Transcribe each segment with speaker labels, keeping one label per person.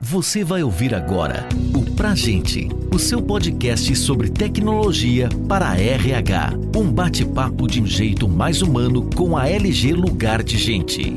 Speaker 1: Você vai ouvir agora o Pra Gente, o seu podcast sobre tecnologia para a RH. Um bate-papo de um jeito mais humano com a LG Lugar de Gente.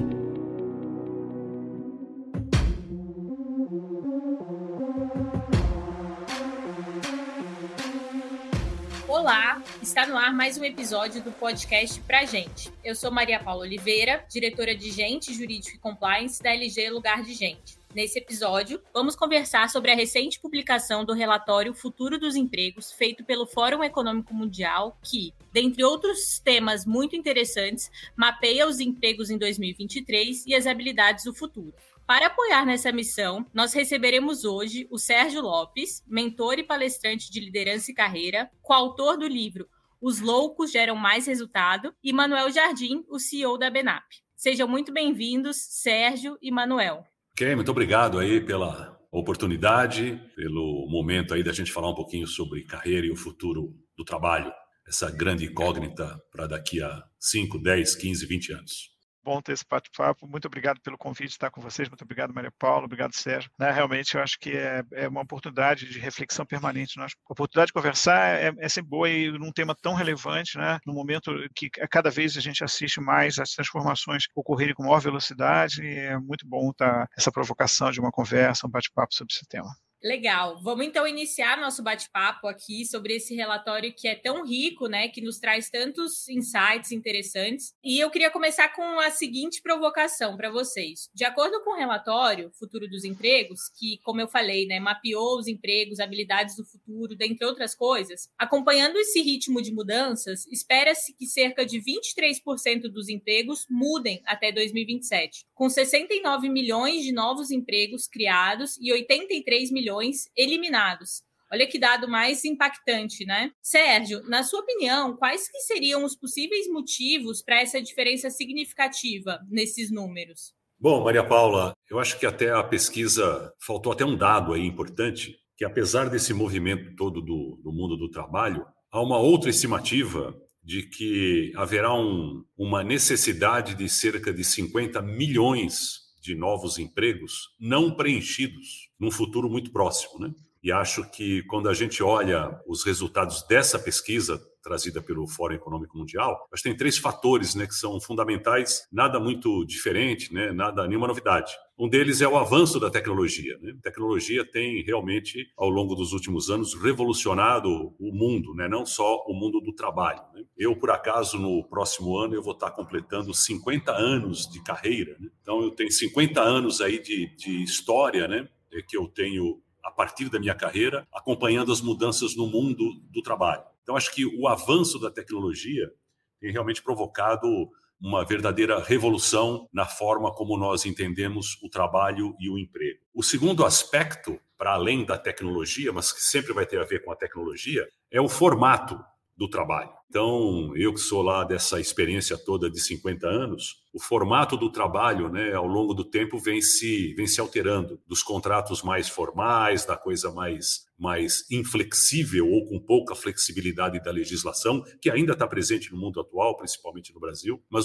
Speaker 2: Olá, está no ar mais um episódio do podcast Pra Gente. Eu sou Maria Paula Oliveira, diretora de Gente, Jurídico e Compliance da LG Lugar de Gente. Nesse episódio, vamos conversar sobre a recente publicação do relatório Futuro dos Empregos, feito pelo Fórum Econômico Mundial, que, dentre outros temas muito interessantes, mapeia os empregos em 2023 e as habilidades do futuro. Para apoiar nessa missão, nós receberemos hoje o Sérgio Lopes, mentor e palestrante de liderança e carreira, coautor do livro Os Loucos Geram Mais Resultado, e Manuel Jardim, o CEO da Benap. Sejam muito bem-vindos, Sérgio e Manuel.
Speaker 3: Ok, muito obrigado aí pela oportunidade, pelo momento aí da gente falar um pouquinho sobre carreira e o futuro do trabalho, essa grande incógnita para daqui a 5, 10, 15, 20 anos.
Speaker 4: Bom ter esse bate-papo. Muito obrigado pelo convite de estar com vocês. Muito obrigado, Maria Paula. Obrigado, Sérgio. Realmente, eu acho que é uma oportunidade de reflexão permanente. A oportunidade de conversar é sempre boa e num tema tão relevante, né? No momento que cada vez a gente assiste mais as transformações ocorrerem com maior velocidade. E é muito bom essa provocação de uma conversa, um bate-papo sobre esse tema.
Speaker 2: Legal. Vamos então iniciar nosso bate-papo aqui sobre esse relatório que é tão rico, né, que nos traz tantos insights interessantes. E eu queria começar com a seguinte provocação para vocês. De acordo com o relatório Futuro dos Empregos, que, como eu falei, né, mapeou os empregos, habilidades do futuro, dentre outras coisas, acompanhando esse ritmo de mudanças, espera-se que cerca de 23% dos empregos mudem até 2027, com 69 milhões de novos empregos criados e 83 milhões eliminados. Olha que dado mais impactante, né? Sérgio, na sua opinião, quais que seriam os possíveis motivos para essa diferença significativa nesses números?
Speaker 3: Bom, Maria Paula, eu acho que até a pesquisa, faltou até um dado aí importante, que apesar desse movimento todo do mundo do trabalho, há uma outra estimativa de que haverá uma necessidade de cerca de 50 milhões de novos empregos não preenchidos num futuro muito próximo, né? E acho que quando a gente olha os resultados dessa pesquisa trazida pelo Fórum Econômico Mundial, acho que tem 3 fatores, né, que são fundamentais, nada muito diferente, né, nenhuma novidade. Um deles é o avanço da tecnologia, né? A tecnologia tem realmente, ao longo dos últimos anos, revolucionado o mundo, né? Não só o mundo do trabalho, né? Eu, por acaso, no próximo ano, eu vou estar completando 50 anos de carreira, né? Então, eu tenho 50 anos aí de história, né, que eu tenho a partir da minha carreira, acompanhando as mudanças no mundo do trabalho. Então, acho que o avanço da tecnologia tem realmente provocado uma verdadeira revolução na forma como nós entendemos o trabalho e o emprego. O segundo aspecto, para além da tecnologia, mas que sempre vai ter a ver com a tecnologia, é o formato do trabalho. Então, eu que sou lá dessa experiência toda de 50 anos, o formato do trabalho, né, ao longo do tempo vem se alterando, dos contratos mais formais, da coisa mais inflexível ou com pouca flexibilidade da legislação, que ainda está presente no mundo atual, principalmente no Brasil, mas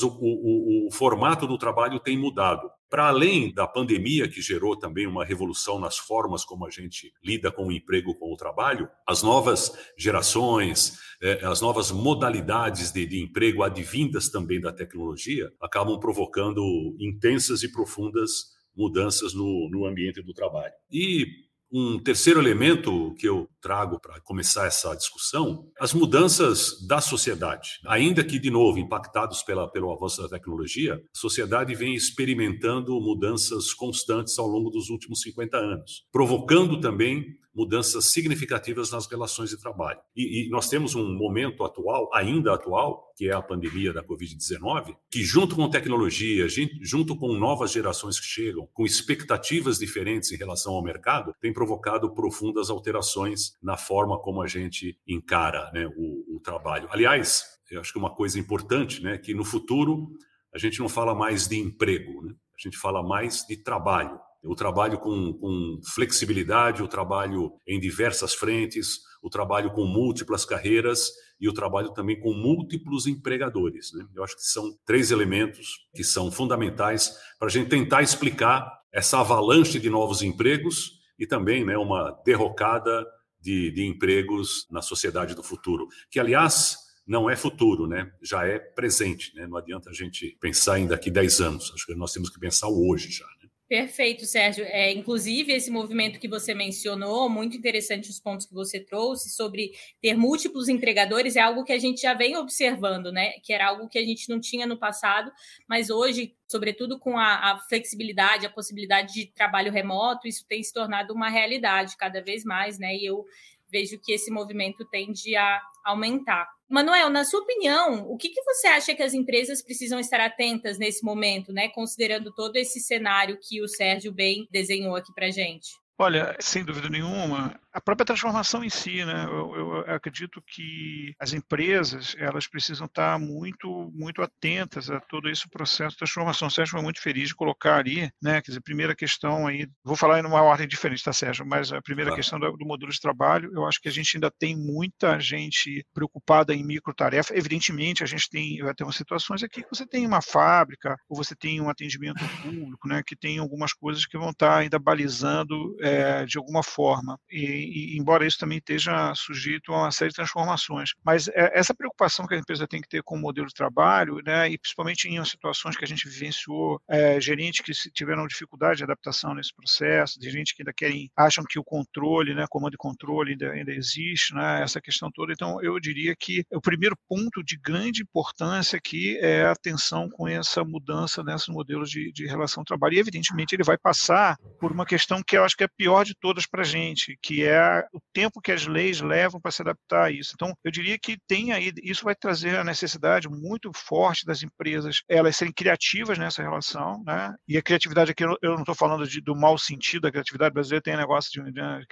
Speaker 3: o formato do trabalho tem mudado. Para além da pandemia, que gerou também uma revolução nas formas como a gente lida com o emprego, com o trabalho, as novas gerações, as novas modalidades de emprego advindas também da tecnologia acabam provocando intensas e profundas mudanças no ambiente do trabalho. E um terceiro elemento que eu trago para começar essa discussão, as mudanças da sociedade. Ainda que, de novo, impactados pelo avanço da tecnologia, a sociedade vem experimentando mudanças constantes ao longo dos últimos 50 anos, provocando também mudanças significativas nas relações de trabalho. E nós temos um momento atual, ainda atual, que é a pandemia da Covid-19, que junto com tecnologia, junto com novas gerações que chegam, com expectativas diferentes em relação ao mercado, tem provocado profundas alterações na forma como a gente encara, né, o trabalho. Aliás, eu acho que uma coisa importante, né, que no futuro a gente não fala mais de emprego, né? A gente fala mais de trabalho. O trabalho com flexibilidade, o trabalho em diversas frentes, o trabalho com múltiplas carreiras e o trabalho também com múltiplos empregadores, né? Eu acho que são 3 elementos que são fundamentais para a gente tentar explicar essa avalanche de novos empregos e também, né, uma derrocada de empregos na sociedade do futuro, que, aliás, não é futuro, né? Já é presente, né? Não adianta a gente pensar em daqui 10 anos, acho que nós temos que pensar o hoje já, né?
Speaker 2: Perfeito, Sérgio. Inclusive, esse movimento que você mencionou, muito interessante os pontos que você trouxe sobre ter múltiplos entregadores, é algo que a gente já vem observando, né? Que era algo que a gente não tinha no passado, mas hoje, sobretudo com a flexibilidade, a possibilidade de trabalho remoto, isso tem se tornado uma realidade cada vez mais, né? E eu vejo que esse movimento tende a aumentar. Manuel, na sua opinião, o que você acha que as empresas precisam estar atentas nesse momento, né? Considerando todo esse cenário que o Sérgio bem desenhou aqui para a gente?
Speaker 4: Olha, sem dúvida nenhuma, a própria transformação em si, né? Eu acredito que as empresas elas precisam estar muito, muito atentas a todo esse processo de transformação. O Sérgio foi muito feliz de colocar ali, né? Quer dizer, primeira questão aí, vou falar em uma ordem diferente, tá, Sérgio? Mas a primeira questão do modelo de trabalho, eu acho que a gente ainda tem muita gente preocupada em microtarefa. Evidentemente, vai ter umas situações aqui que você tem uma fábrica ou você tem um atendimento público, né? Que tem algumas coisas que vão estar ainda balizando de alguma forma, e embora isso também esteja sujeito a uma série de transformações. Mas essa preocupação que a empresa tem que ter com o modelo de trabalho, né, e principalmente em situações que a gente vivenciou, gerentes que tiveram dificuldade de adaptação nesse processo, de gente que ainda acham que o controle, né, comando e controle ainda existe, né, essa questão toda. Então, eu diria que o primeiro ponto de grande importância aqui é a atenção com essa mudança nesses modelos de relação ao trabalho. E, evidentemente, ele vai passar por uma questão que eu acho que é a pior de todas para a gente, que é o tempo que as leis levam para se adaptar a isso. Então, eu diria que isso vai trazer a necessidade muito forte das empresas, elas serem criativas nessa relação, né? E a criatividade aqui, eu não estou falando do mau sentido, a criatividade brasileira tem um negócio de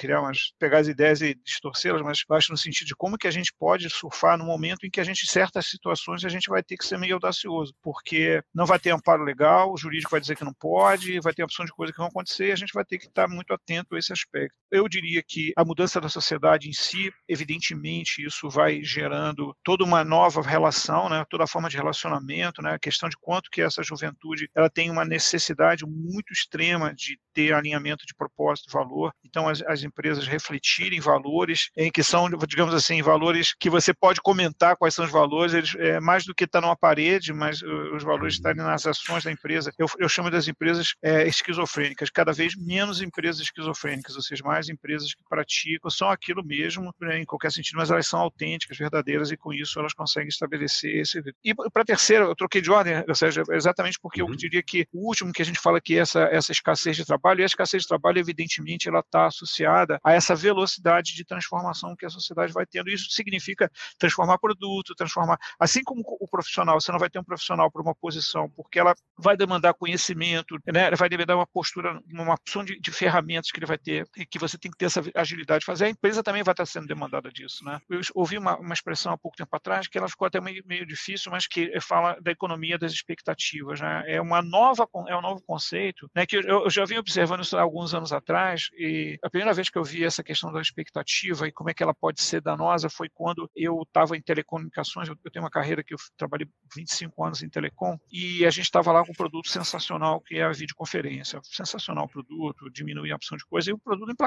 Speaker 4: pegar as ideias e distorcê-las, mas eu acho no sentido de como que a gente pode surfar no momento em que em certas situações, a gente vai ter que ser meio audacioso, porque não vai ter amparo legal, o jurídico vai dizer que não pode, vai ter opção de coisas que vão acontecer, e a gente vai ter que estar muito atento a esse aspecto. Eu diria que a mudança da sociedade em si, evidentemente, isso vai gerando toda uma nova relação, né? Toda a forma de relacionamento, né? A questão de quanto que essa juventude ela tem uma necessidade muito extrema de ter alinhamento de propósito e valor. Então, as empresas refletirem valores em que são, digamos assim, valores que você pode comentar quais são os valores, eles, mais do que estar numa parede, mas os valores estarem nas ações da empresa. Eu chamo das empresas esquizofrênicas, cada vez menos empresas esquizofrênicas, ou seja, mais empresas que praticam, são aquilo mesmo, né, em qualquer sentido, mas elas são autênticas, verdadeiras, e com isso elas conseguem estabelecer esse... E para a terceira, eu troquei de ordem, ou seja, exatamente porque eu diria que o último que a gente fala que essa escassez de trabalho, e a escassez de trabalho, evidentemente, ela está associada a essa velocidade de transformação que a sociedade vai tendo. Isso significa transformar produto, assim como o profissional, você não vai ter um profissional para uma posição, porque ela vai demandar conhecimento, né? Ela vai demandar uma postura, uma opção de ferramentas que ele vai ter, e que você tem que ter essa agilidade de fazer. A empresa também vai estar sendo demandada disso, né? Eu ouvi uma expressão há pouco tempo atrás, que ela ficou até meio difícil, mas que fala da economia das expectativas, né? É um novo conceito, né? Que eu já vim observando isso há alguns anos atrás, e a primeira vez que eu vi essa questão da expectativa e como é que ela pode ser danosa foi quando eu estava em telecomunicações. Eu tenho uma carreira que eu trabalhei 25 anos em telecom, e a gente estava lá com um produto sensacional, que é a videoconferência. Sensacional o produto, diminuía a opção de coisa, e o produto não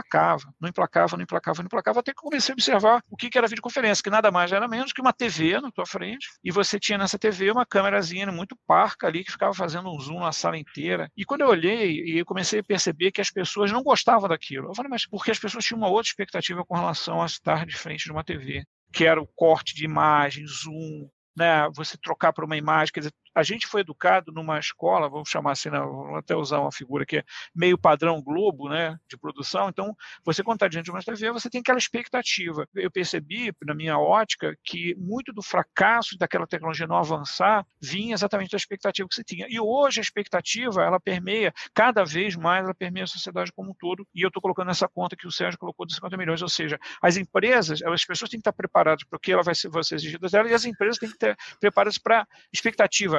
Speaker 4: emplacava, até que eu comecei a observar o que era videoconferência, que nada mais era menos que uma TV na tua frente, e você tinha nessa TV uma câmerazinha muito parca ali, que ficava fazendo um zoom na sala inteira. E quando eu olhei, e eu comecei a perceber que as pessoas não gostavam daquilo. Eu falei, mas porque as pessoas tinham uma outra expectativa com relação a estar de frente de uma TV, que era o corte de imagem, zoom, né, você trocar para uma imagem, quer dizer, a gente foi educado numa escola, vamos chamar assim, vamos até usar uma figura que é meio padrão Globo, né, de produção. Então, você quando está diante de uma TV, você tem aquela expectativa. Eu percebi, na minha ótica, que muito do fracasso daquela tecnologia não avançar vinha exatamente da expectativa que você tinha. E hoje a expectativa, ela permeia, cada vez mais, ela permeia a sociedade como um todo, e eu estou colocando nessa conta que o Sérgio colocou de 50 milhões, ou seja, as empresas, as pessoas têm que estar preparadas para o que ela vai ser exigida delas, e as empresas têm que estar preparadas para expectativa.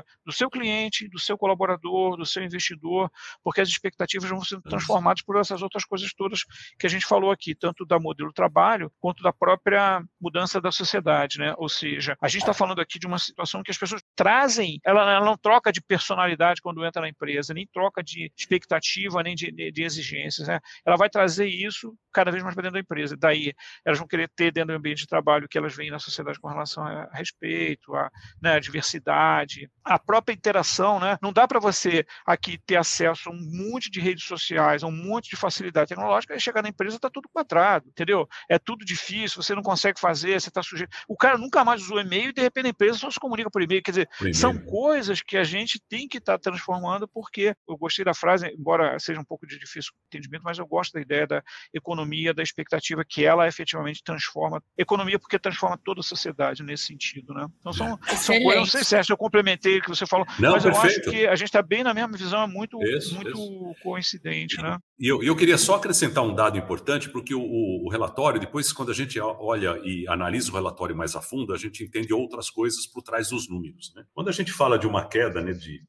Speaker 4: do seu cliente, do seu colaborador, do seu investidor, porque as expectativas vão sendo transformadas por essas outras coisas todas que a gente falou aqui, tanto da modelo de trabalho, quanto da própria mudança da sociedade, né? Ou seja, a gente está falando aqui de uma situação que as pessoas trazem, ela não troca de personalidade quando entra na empresa, nem troca de expectativa, nem de exigências, né? Ela vai trazer isso cada vez mais para dentro da empresa. Daí, elas vão querer ter dentro do ambiente de trabalho que elas veem na sociedade com relação a respeito, a diversidade, a própria interação, né? Não dá para você aqui ter acesso a um monte de redes sociais, a um monte de facilidade tecnológica, e chegar na empresa está tudo quadrado, entendeu? É tudo difícil, você não consegue fazer, você está sujeito. O cara nunca mais usou e-mail e, de repente, a empresa só se comunica por e-mail. Quer dizer, são coisas que a gente tem que estar transformando, porque eu gostei da frase, embora seja um pouco de difícil entendimento, mas eu gosto da ideia da economia, da expectativa que ela efetivamente transforma, economia porque transforma toda a sociedade nesse sentido, né? Então são coisas, não sei se eu complementei o que você falou, mas eu acho que a gente está bem na mesma visão, é muito coincidente, né?
Speaker 3: E eu queria só acrescentar um dado importante, porque o relatório, depois quando a gente olha e analisa o relatório mais a fundo, a gente entende outras coisas por trás dos números, né? Quando a gente fala de uma queda, né, de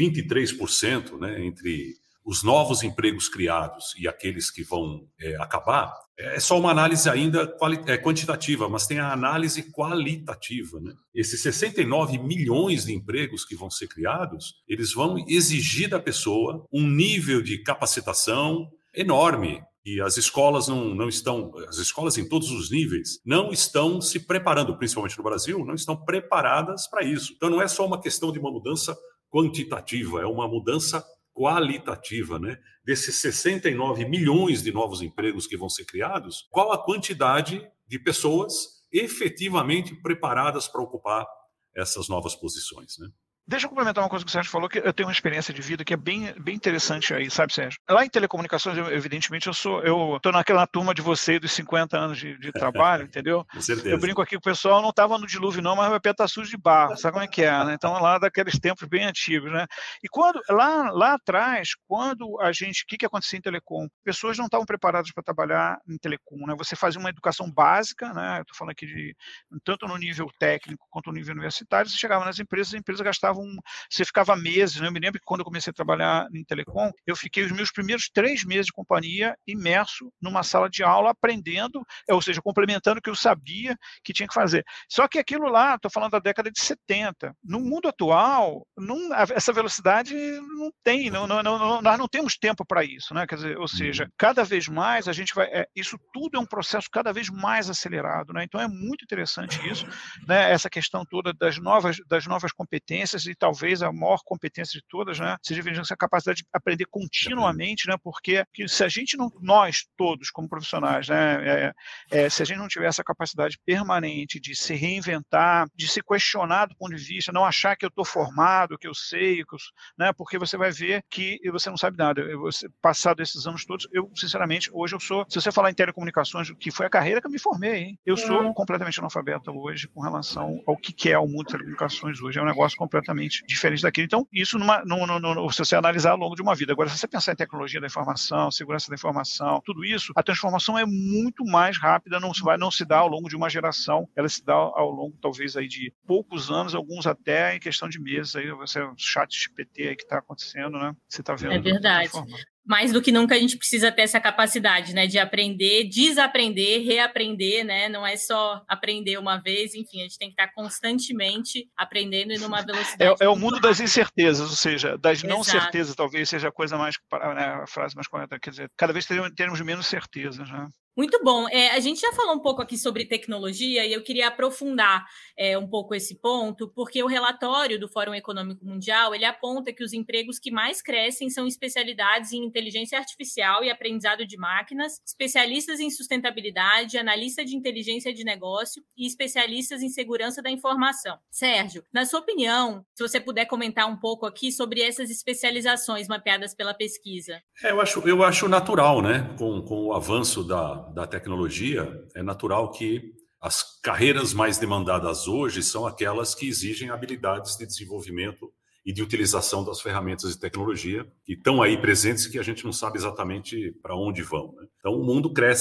Speaker 3: 23%, né, entre os novos empregos criados e aqueles que vão acabar, é só uma análise ainda quantitativa, mas tem a análise qualitativa, né? Esses 69 milhões de empregos que vão ser criados, eles vão exigir da pessoa um nível de capacitação enorme. E as escolas não estão, as escolas em todos os níveis, não estão se preparando, principalmente no Brasil, não estão preparadas para isso. Então não é só uma questão de uma mudança quantitativa, é uma mudança qualitativa, né? Desses 69 milhões de novos empregos que vão ser criados, qual a quantidade de pessoas efetivamente preparadas para ocupar essas novas posições, né?
Speaker 4: Deixa eu complementar uma coisa que o Sérgio falou, que eu tenho uma experiência de vida que é bem interessante aí, sabe, Sérgio? Lá em telecomunicações, evidentemente, eu estou naquela turma de você dos 50 anos de trabalho, entendeu?
Speaker 3: Com certeza.
Speaker 4: Eu brinco aqui com o pessoal, não estava no dilúvio não, mas o pé está sujo de barro, sabe como é que é, né? Então, lá daqueles tempos bem antigos, né? E quando, lá atrás, quando a gente, o que acontecia em telecom? Pessoas não estavam preparadas para trabalhar em telecom, né? Você fazia uma educação básica, né? Eu estou falando aqui tanto no nível técnico quanto no nível universitário, você chegava nas empresas, as empresas gastavam você ficava meses, né? Eu me lembro que quando eu comecei a trabalhar em telecom, eu fiquei os meus primeiros 3 meses de companhia imerso numa sala de aula, aprendendo, ou seja, complementando o que eu sabia que tinha que fazer. Só que aquilo lá, estou falando da década de 70, no mundo atual, essa velocidade não tem, nós não temos tempo para isso, né? Quer dizer, ou seja, cada vez mais a gente vai, isso tudo é um processo cada vez mais acelerado, né? Então é muito interessante isso, né? Essa questão toda das novas competências, e talvez a maior competência de todas, né, seja essa capacidade de aprender continuamente, né, porque se a gente não, nós todos como profissionais, né, se a gente não tiver essa capacidade permanente de se reinventar, de se questionar do ponto de vista, não achar que eu estou formado, que eu sei, né, porque você vai ver que você não sabe nada. Passado esses anos todos, eu sinceramente, hoje eu sou, se você falar em telecomunicações, que foi a carreira que eu me formei, hein, eu sou completamente analfabeto hoje com relação ao que é o mundo de telecomunicações hoje, é um negócio completamente diferente daquilo. Então, isso se você analisar ao longo de uma vida. Agora, se você pensar em tecnologia da informação, segurança da informação, tudo isso, a transformação é muito mais rápida, não se dá ao longo de uma geração, ela se dá ao longo, talvez, aí de poucos anos, alguns até em questão de meses, aí você, o chat GPT aí que está acontecendo, né? Você está vendo.
Speaker 2: É verdade. Mais do que nunca a gente precisa ter essa capacidade, né, de aprender, desaprender, reaprender, né, não é só aprender uma vez, enfim, a gente tem que estar constantemente aprendendo e numa velocidade.
Speaker 4: É o mundo das incertezas, ou seja, das não certezas, talvez seja a coisa mais, né, a frase mais correta, quer dizer, cada vez teremos menos certezas, né?
Speaker 2: Muito bom. A gente já falou um pouco aqui sobre tecnologia e eu queria aprofundar um pouco esse ponto, porque o relatório do Fórum Econômico Mundial, ele aponta que os empregos que mais crescem são especialidades em inteligência artificial e aprendizado de máquinas, especialistas em sustentabilidade, analista de inteligência de negócio e especialistas em segurança da informação. Sérgio, na sua opinião, se você puder comentar um pouco aqui sobre essas especializações mapeadas pela pesquisa.
Speaker 3: Eu acho natural, né? Com o avanço da tecnologia, é natural que as carreiras mais demandadas hoje são aquelas que exigem habilidades de desenvolvimento e de utilização das ferramentas de tecnologia que estão aí presentes e que a gente não sabe exatamente para onde vão, né? Então, o mundo cresce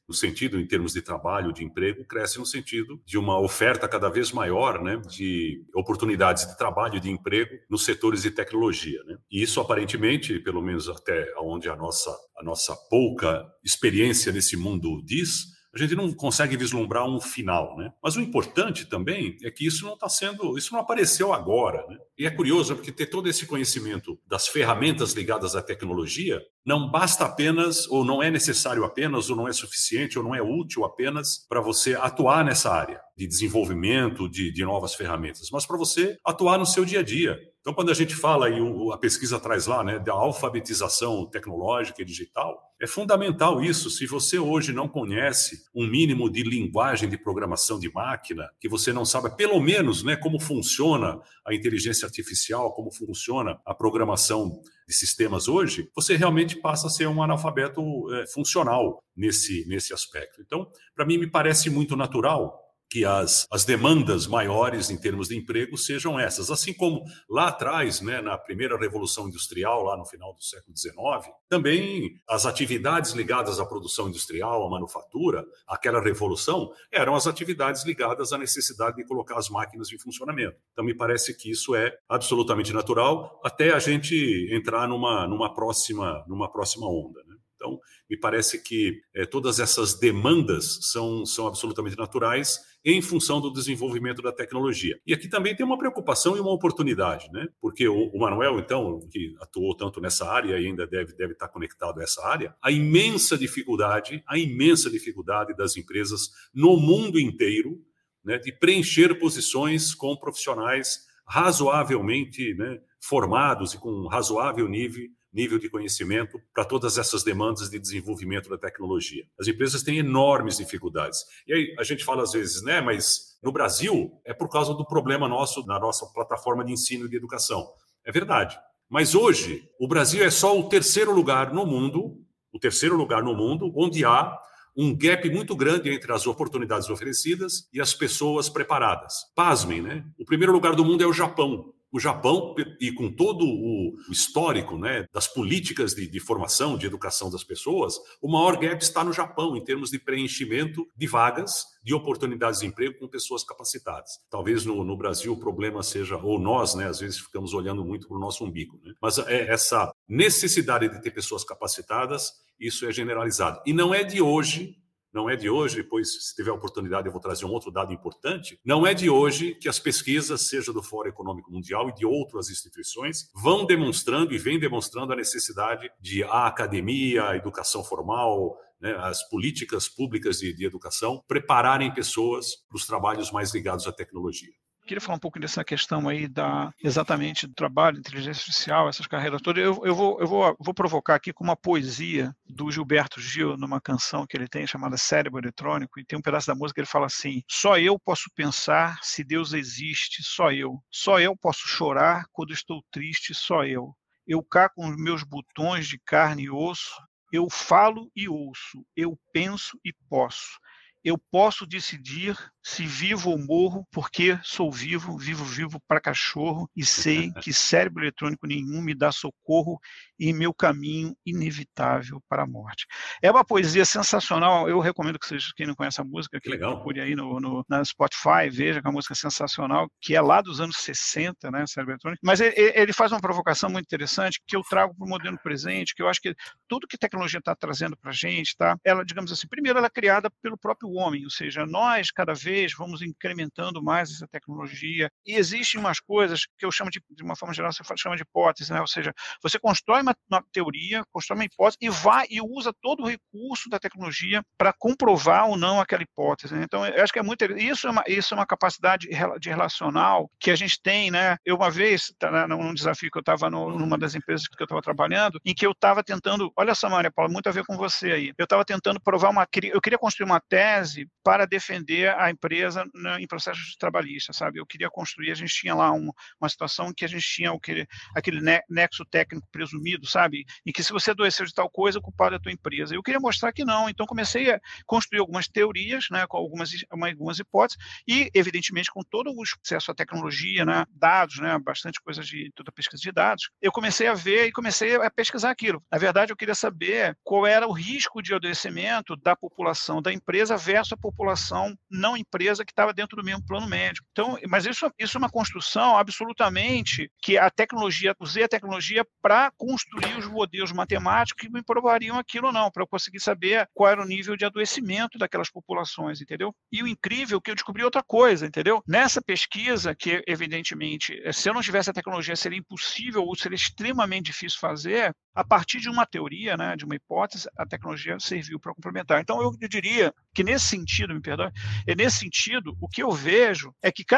Speaker 3: no sentido, em termos de trabalho, de emprego, cresce no sentido de uma oferta cada vez maior, né, de oportunidades de trabalho e de emprego nos setores de tecnologia, né? E isso, aparentemente, pelo menos até onde a nossa pouca experiência nesse mundo diz, a gente não consegue vislumbrar um final, né? Mas o importante também é que isso não apareceu agora, né? E é curioso porque ter todo esse conhecimento das ferramentas ligadas à tecnologia não basta apenas, ou não é necessário apenas, ou não é suficiente, ou não é útil apenas para você atuar nessa área de desenvolvimento de novas ferramentas, mas para você atuar no seu dia a dia. Então, quando a gente fala, e a pesquisa traz lá, né, da alfabetização tecnológica e digital, é fundamental isso. Se você hoje não conhece um mínimo de linguagem de programação de máquina, que você não sabe, pelo menos, né, como funciona a inteligência artificial, como funciona a programação de sistemas hoje, você realmente passa a ser um analfabeto funcional nesse aspecto. Então, para mim, me parece muito natural que as demandas maiores em termos de emprego sejam essas. Assim como lá atrás, né, na primeira revolução industrial, lá no final do século XIX, também as atividades ligadas à produção industrial, à manufatura, aquela revolução, eram as atividades ligadas à necessidade de colocar as máquinas em funcionamento. Então, me parece que isso é absolutamente natural até a gente entrar numa próxima onda, né? Então, me parece que todas essas demandas são absolutamente naturais em função do desenvolvimento da tecnologia. E aqui também tem uma preocupação e uma oportunidade, né? Porque o Manuel, então, que atuou tanto nessa área e ainda deve estar conectado a essa área, a imensa dificuldade das empresas no mundo inteiro, né, de preencher posições com profissionais razoavelmente, né, formados e com razoável nível de conhecimento para todas essas demandas de desenvolvimento da tecnologia. As empresas têm enormes dificuldades. E aí a gente fala às vezes, né, mas no Brasil é por causa do problema nosso, na nossa plataforma de ensino e de educação. É verdade. Mas hoje, o Brasil é só o terceiro lugar no mundo onde há um gap muito grande entre as oportunidades oferecidas e as pessoas preparadas. Pasmem, né? O primeiro lugar do mundo é o Japão. O Japão, e com todo o histórico, né, das políticas de formação, de educação das pessoas, o maior gap está no Japão, em termos de preenchimento de vagas, de oportunidades de emprego com pessoas capacitadas. Talvez no Brasil o problema seja, ou nós, né, às vezes ficamos olhando muito para o nosso umbigo, né? Mas essa necessidade de ter pessoas capacitadas, isso é generalizado. E não é de hoje, depois, se tiver oportunidade, eu vou trazer um outro dado importante. Não é de hoje que as pesquisas, seja do Fórum Econômico Mundial e de outras instituições, vêm demonstrando a necessidade de a academia, a educação formal, né, as políticas públicas de educação, prepararem pessoas para os trabalhos mais ligados à tecnologia.
Speaker 4: Queria falar um pouco dessa questão aí exatamente do trabalho, inteligência artificial, essas carreiras todas. Eu vou provocar aqui com uma poesia do Gilberto Gil, numa canção que ele tem chamada Cérebro Eletrônico, e tem um pedaço da música que ele fala assim: só eu posso pensar se Deus existe, só eu posso chorar quando estou triste, só eu cá com os meus botões de carne e osso, eu falo e ouço, eu penso e posso. Eu posso decidir se vivo ou morro, porque sou vivo para cachorro, e sei que cérebro eletrônico nenhum me dá socorro em meu caminho inevitável para a morte. É uma poesia sensacional, eu recomendo que vocês, quem não conhece a música, que procure aí na Spotify, veja que é uma música sensacional, que é lá dos anos 60, né, cérebro eletrônico, mas ele faz uma provocação muito interessante, que eu trago para o moderno presente, que eu acho que tudo que a tecnologia está trazendo para a gente, tá? Ela, digamos assim, primeiro ela é criada pelo próprio homem, ou seja, nós cada vez vamos incrementando mais essa tecnologia, e existem umas coisas que eu chamo de uma forma geral, você chama de hipótese, né? Ou seja, você constrói uma teoria, constrói uma hipótese e usa todo o recurso da tecnologia para comprovar ou não aquela hipótese, né? Então, eu acho que é muito isso é uma capacidade de relacional que a gente tem, né? Eu uma vez, num desafio que eu estava numa das empresas que eu estava trabalhando, em que eu estava tentando, olha só, Maria Paula, muito a ver com você aí, eu estava tentando provar eu queria construir uma tese para defender a empresa em processos trabalhistas, sabe? Eu queria construir, a gente tinha lá uma situação em que a gente tinha aquele nexo técnico presumido, sabe? Em que se você adoeceu de tal coisa, o culpado é a tua empresa. Eu queria mostrar que não, então comecei a construir algumas teorias, né, com algumas hipóteses, e, evidentemente, com todo o acesso à tecnologia, né, dados, né, bastante coisa de toda a pesquisa de dados, eu comecei a ver e comecei a pesquisar aquilo. Na verdade, eu queria saber qual era o risco de adoecimento da população da empresa versus a população não empresa que estava dentro do mesmo plano médico. Então, mas isso é uma construção absolutamente que usei a tecnologia para construir os modelos matemáticos que me provariam aquilo ou não, para eu conseguir saber qual era o nível de adoecimento daquelas populações, entendeu? E o incrível é que eu descobri outra coisa, entendeu? Nessa pesquisa, que evidentemente, se eu não tivesse a tecnologia, seria impossível ou seria extremamente difícil fazer, a partir de uma teoria, né, de uma hipótese, a tecnologia serviu para complementar. Então, eu diria que nesse sentido, o que eu vejo é que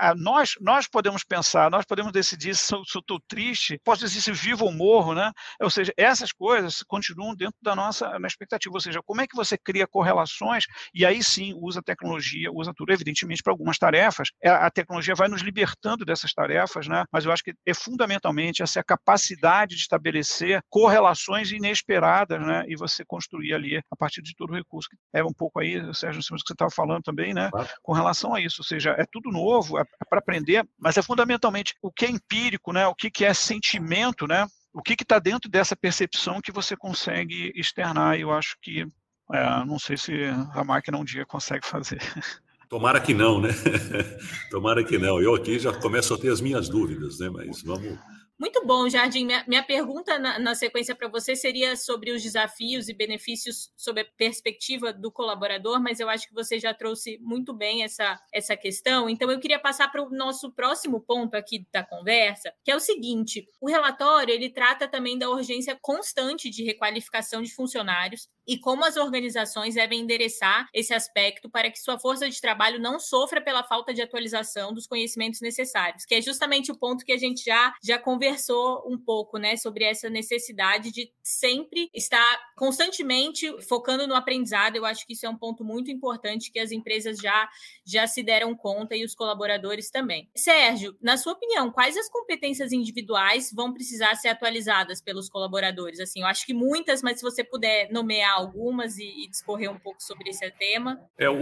Speaker 4: nós podemos pensar, nós podemos decidir se eu estou triste, posso decidir se vivo ou morro, né? Ou seja, essas coisas continuam dentro da nossa expectativa, ou seja, como é que você cria correlações e aí sim usa tecnologia, usa tudo, evidentemente para algumas tarefas, a tecnologia vai nos libertando dessas tarefas, né? Mas eu acho que é fundamentalmente essa capacidade de estabelecer correlações inesperadas, né? E você construir ali a partir de todo o recurso. É um pouco aí, Sérgio, em cima do que você estava falando também, né? Claro. Com relação a isso, ou seja, é tudo novo, é para aprender, mas é fundamentalmente o que é empírico, né? O que é sentimento, né? O que está dentro dessa percepção que você consegue externar? E eu acho que, não sei se a máquina um dia consegue fazer.
Speaker 3: Tomara que não, né? Tomara que não. Eu aqui já começo a ter as minhas dúvidas, né? Mas vamos...
Speaker 2: Muito bom, Jardim. Minha pergunta na sequência para você seria sobre os desafios e benefícios sob a perspectiva do colaborador, mas eu acho que você já trouxe muito bem essa questão. Então, eu queria passar para o nosso próximo ponto aqui da conversa, que é o seguinte: o relatório ele trata também da urgência constante de requalificação de funcionários e como as organizações devem endereçar esse aspecto para que sua força de trabalho não sofra pela falta de atualização dos conhecimentos necessários, que é justamente o ponto que a gente já conversou um pouco, né, sobre essa necessidade de sempre estar constantemente focando no aprendizado. Eu acho que isso é um ponto muito importante que as empresas já se deram conta e os colaboradores também. Sérgio, na sua opinião, quais as competências individuais vão precisar ser atualizadas pelos colaboradores? Assim, eu acho que muitas, mas se você puder nomear algumas e discorrer um pouco sobre esse tema.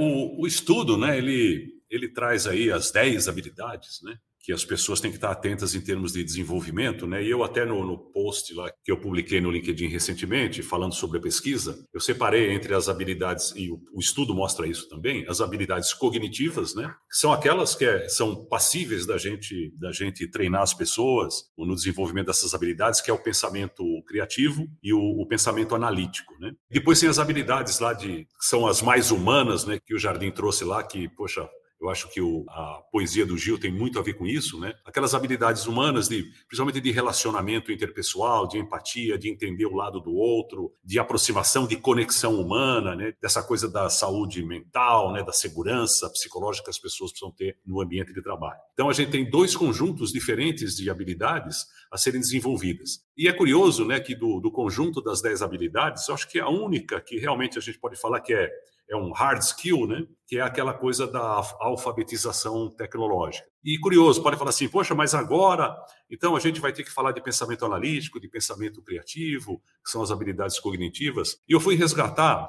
Speaker 3: O estudo, né, ele traz aí as 10 habilidades, né, que as pessoas têm que estar atentas em termos de desenvolvimento, né? E eu até no post lá que eu publiquei no LinkedIn recentemente, falando sobre a pesquisa, eu separei entre as habilidades, e o estudo mostra isso também, as habilidades cognitivas, né? Que são aquelas que são passíveis da gente treinar as pessoas no desenvolvimento dessas habilidades, que é o pensamento criativo e o pensamento analítico, né? Depois tem as habilidades lá que são as mais humanas, né? Que o Jardim trouxe lá, que, poxa, eu acho que a poesia do Gil tem muito a ver com isso, né? Aquelas habilidades humanas, principalmente de relacionamento interpessoal, de empatia, de entender o lado do outro, de aproximação, de conexão humana, né? Dessa coisa da saúde mental, né? Da segurança psicológica que as pessoas precisam ter no ambiente de trabalho. Então, a gente tem 2 conjuntos diferentes de habilidades a serem desenvolvidas. E é curioso, né, que do conjunto das 10 habilidades, eu acho que a única que realmente a gente pode falar que é um hard skill, né? Que é aquela coisa da alfabetização tecnológica. E curioso, pode falar assim, poxa, mas agora, então a gente vai ter que falar de pensamento analítico, de pensamento criativo, que são as habilidades cognitivas. E eu fui resgatar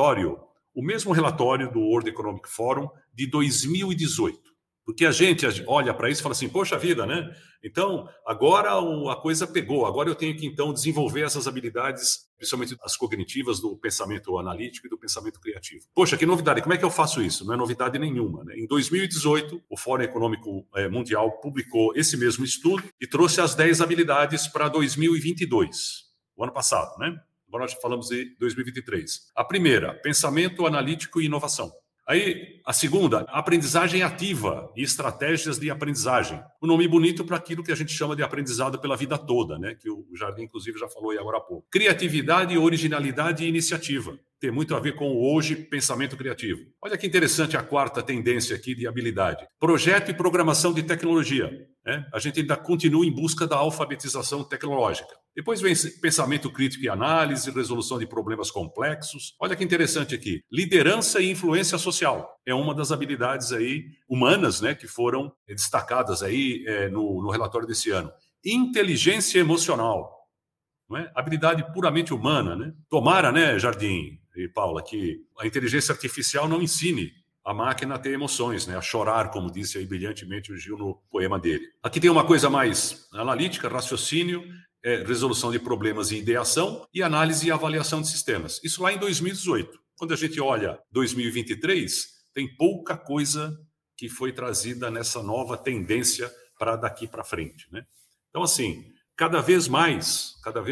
Speaker 3: o mesmo relatório do World Economic Forum de 2018. Porque a gente olha para isso e fala assim, poxa vida, né? Então, agora a coisa pegou, agora eu tenho que, então, desenvolver essas habilidades, principalmente as cognitivas, do pensamento analítico e do pensamento criativo. Poxa, que novidade, como é que eu faço isso? Não é novidade nenhuma, né? Em 2018, o Fórum Econômico Mundial publicou esse mesmo estudo e trouxe as 10 habilidades para 2022, o ano passado, né? Agora nós falamos de 2023. A primeira, pensamento analítico e inovação. Aí, a segunda, aprendizagem ativa e estratégias de aprendizagem. Um nome bonito para aquilo que a gente chama de aprendizado pela vida toda, né? Que o Jardim, inclusive, já falou aí agora há pouco. Criatividade, originalidade e iniciativa. Tem muito a ver com o hoje pensamento criativo. Olha que interessante a quarta tendência aqui de habilidade. Projeto e programação de tecnologia. A gente ainda continua em busca da alfabetização tecnológica. Depois vem pensamento crítico e análise, resolução de problemas complexos. Olha que interessante aqui. Liderança e influência social. É uma das habilidades aí humanas, né, que foram destacadas aí no relatório desse ano. Inteligência emocional. Não é? Habilidade puramente humana, né? Tomara, né, Jardim e Paula, que a inteligência artificial não ensine a máquina a ter emoções, né? A chorar, como disse aí brilhantemente o Gil no poema dele. Aqui tem uma coisa mais analítica, raciocínio, resolução de problemas e ideação, e análise e avaliação de sistemas. Isso lá em 2018. Quando a gente olha 2023, tem pouca coisa que foi trazida nessa nova tendência para daqui para frente, né? Então, assim, cada vez mais,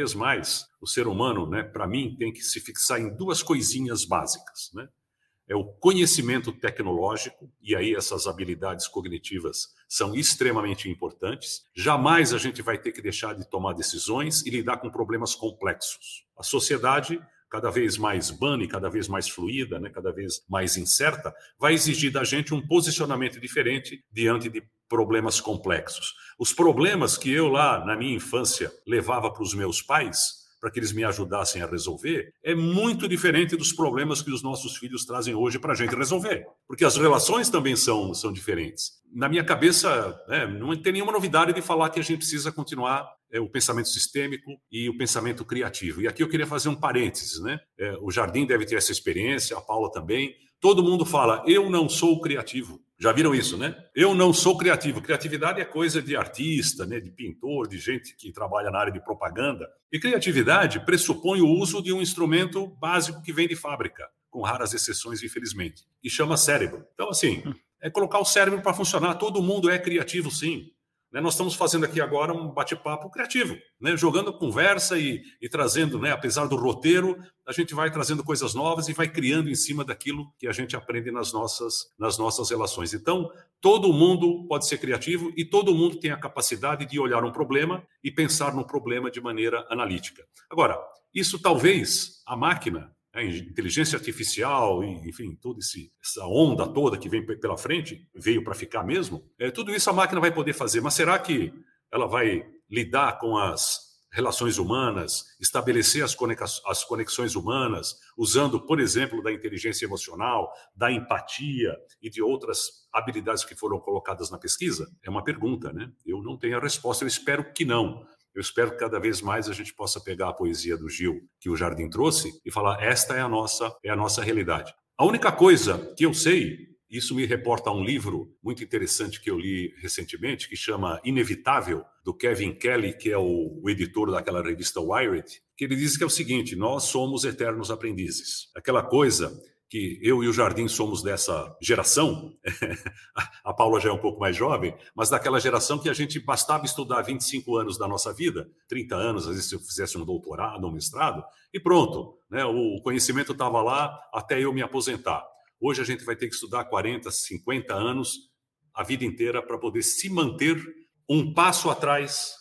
Speaker 3: o ser humano, né, para mim, tem que se fixar em duas coisinhas básicas, né? É o conhecimento tecnológico, e aí essas habilidades cognitivas são extremamente importantes. Jamais a gente vai ter que deixar de tomar decisões e lidar com problemas complexos. A sociedade, cada vez mais bunny, cada vez mais fluida, né, cada vez mais incerta, vai exigir da gente um posicionamento diferente diante de problemas complexos. Os problemas que eu lá na minha infância levava para os meus pais, para que eles me ajudassem a resolver, é muito diferente dos problemas que os nossos filhos trazem hoje para a gente resolver. Porque as relações também são diferentes. Na minha cabeça, não tem nenhuma novidade de falar que a gente precisa continuar o pensamento sistêmico e o pensamento criativo. E aqui eu queria fazer um parênteses, né? O Jardim deve ter essa experiência, a Paula também. Todo mundo fala, eu não sou criativo. Já viram isso, né? Eu não sou criativo. Criatividade é coisa de artista, né? De pintor, de gente que trabalha na área de propaganda. E criatividade pressupõe o uso de um instrumento básico que vem de fábrica, com raras exceções, infelizmente, e chama cérebro. Então, assim, é colocar o cérebro para funcionar. Todo mundo é criativo, sim. Nós estamos fazendo aqui agora um bate-papo criativo, né? Jogando conversa e trazendo, né? Apesar do roteiro, a gente vai trazendo coisas novas e vai criando em cima daquilo que a gente aprende nas nossas relações. Então, todo mundo pode ser criativo e todo mundo tem a capacidade de olhar um problema e pensar no problema de maneira analítica. Agora, isso talvez a máquina, a inteligência artificial, enfim, toda essa onda toda que vem pela frente, veio para ficar mesmo, tudo isso a máquina vai poder fazer, mas será que ela vai lidar com as relações humanas, estabelecer as conexões humanas, usando, por exemplo, da inteligência emocional, da empatia e de outras habilidades que foram colocadas na pesquisa? É uma pergunta, né? Eu não tenho a resposta, eu espero que não. Eu espero que cada vez mais a gente possa pegar a poesia do Gil, que o Jardim trouxe, e falar, esta é a nossa realidade. A única coisa que eu sei, isso me reporta a um livro muito interessante que eu li recentemente, que chama Inevitável, do Kevin Kelly, que é o editor daquela revista Wired, que ele diz que é o seguinte, nós somos eternos aprendizes. Aquela coisa que eu e o Jardim somos dessa geração, a Paula já é um pouco mais jovem, mas daquela geração que a gente bastava estudar 25 anos da nossa vida, 30 anos, às vezes se eu fizesse um doutorado, um mestrado, e pronto, né? O conhecimento estava lá até eu me aposentar. Hoje a gente vai ter que estudar 40, 50 anos, a vida inteira, para poder se manter um passo atrás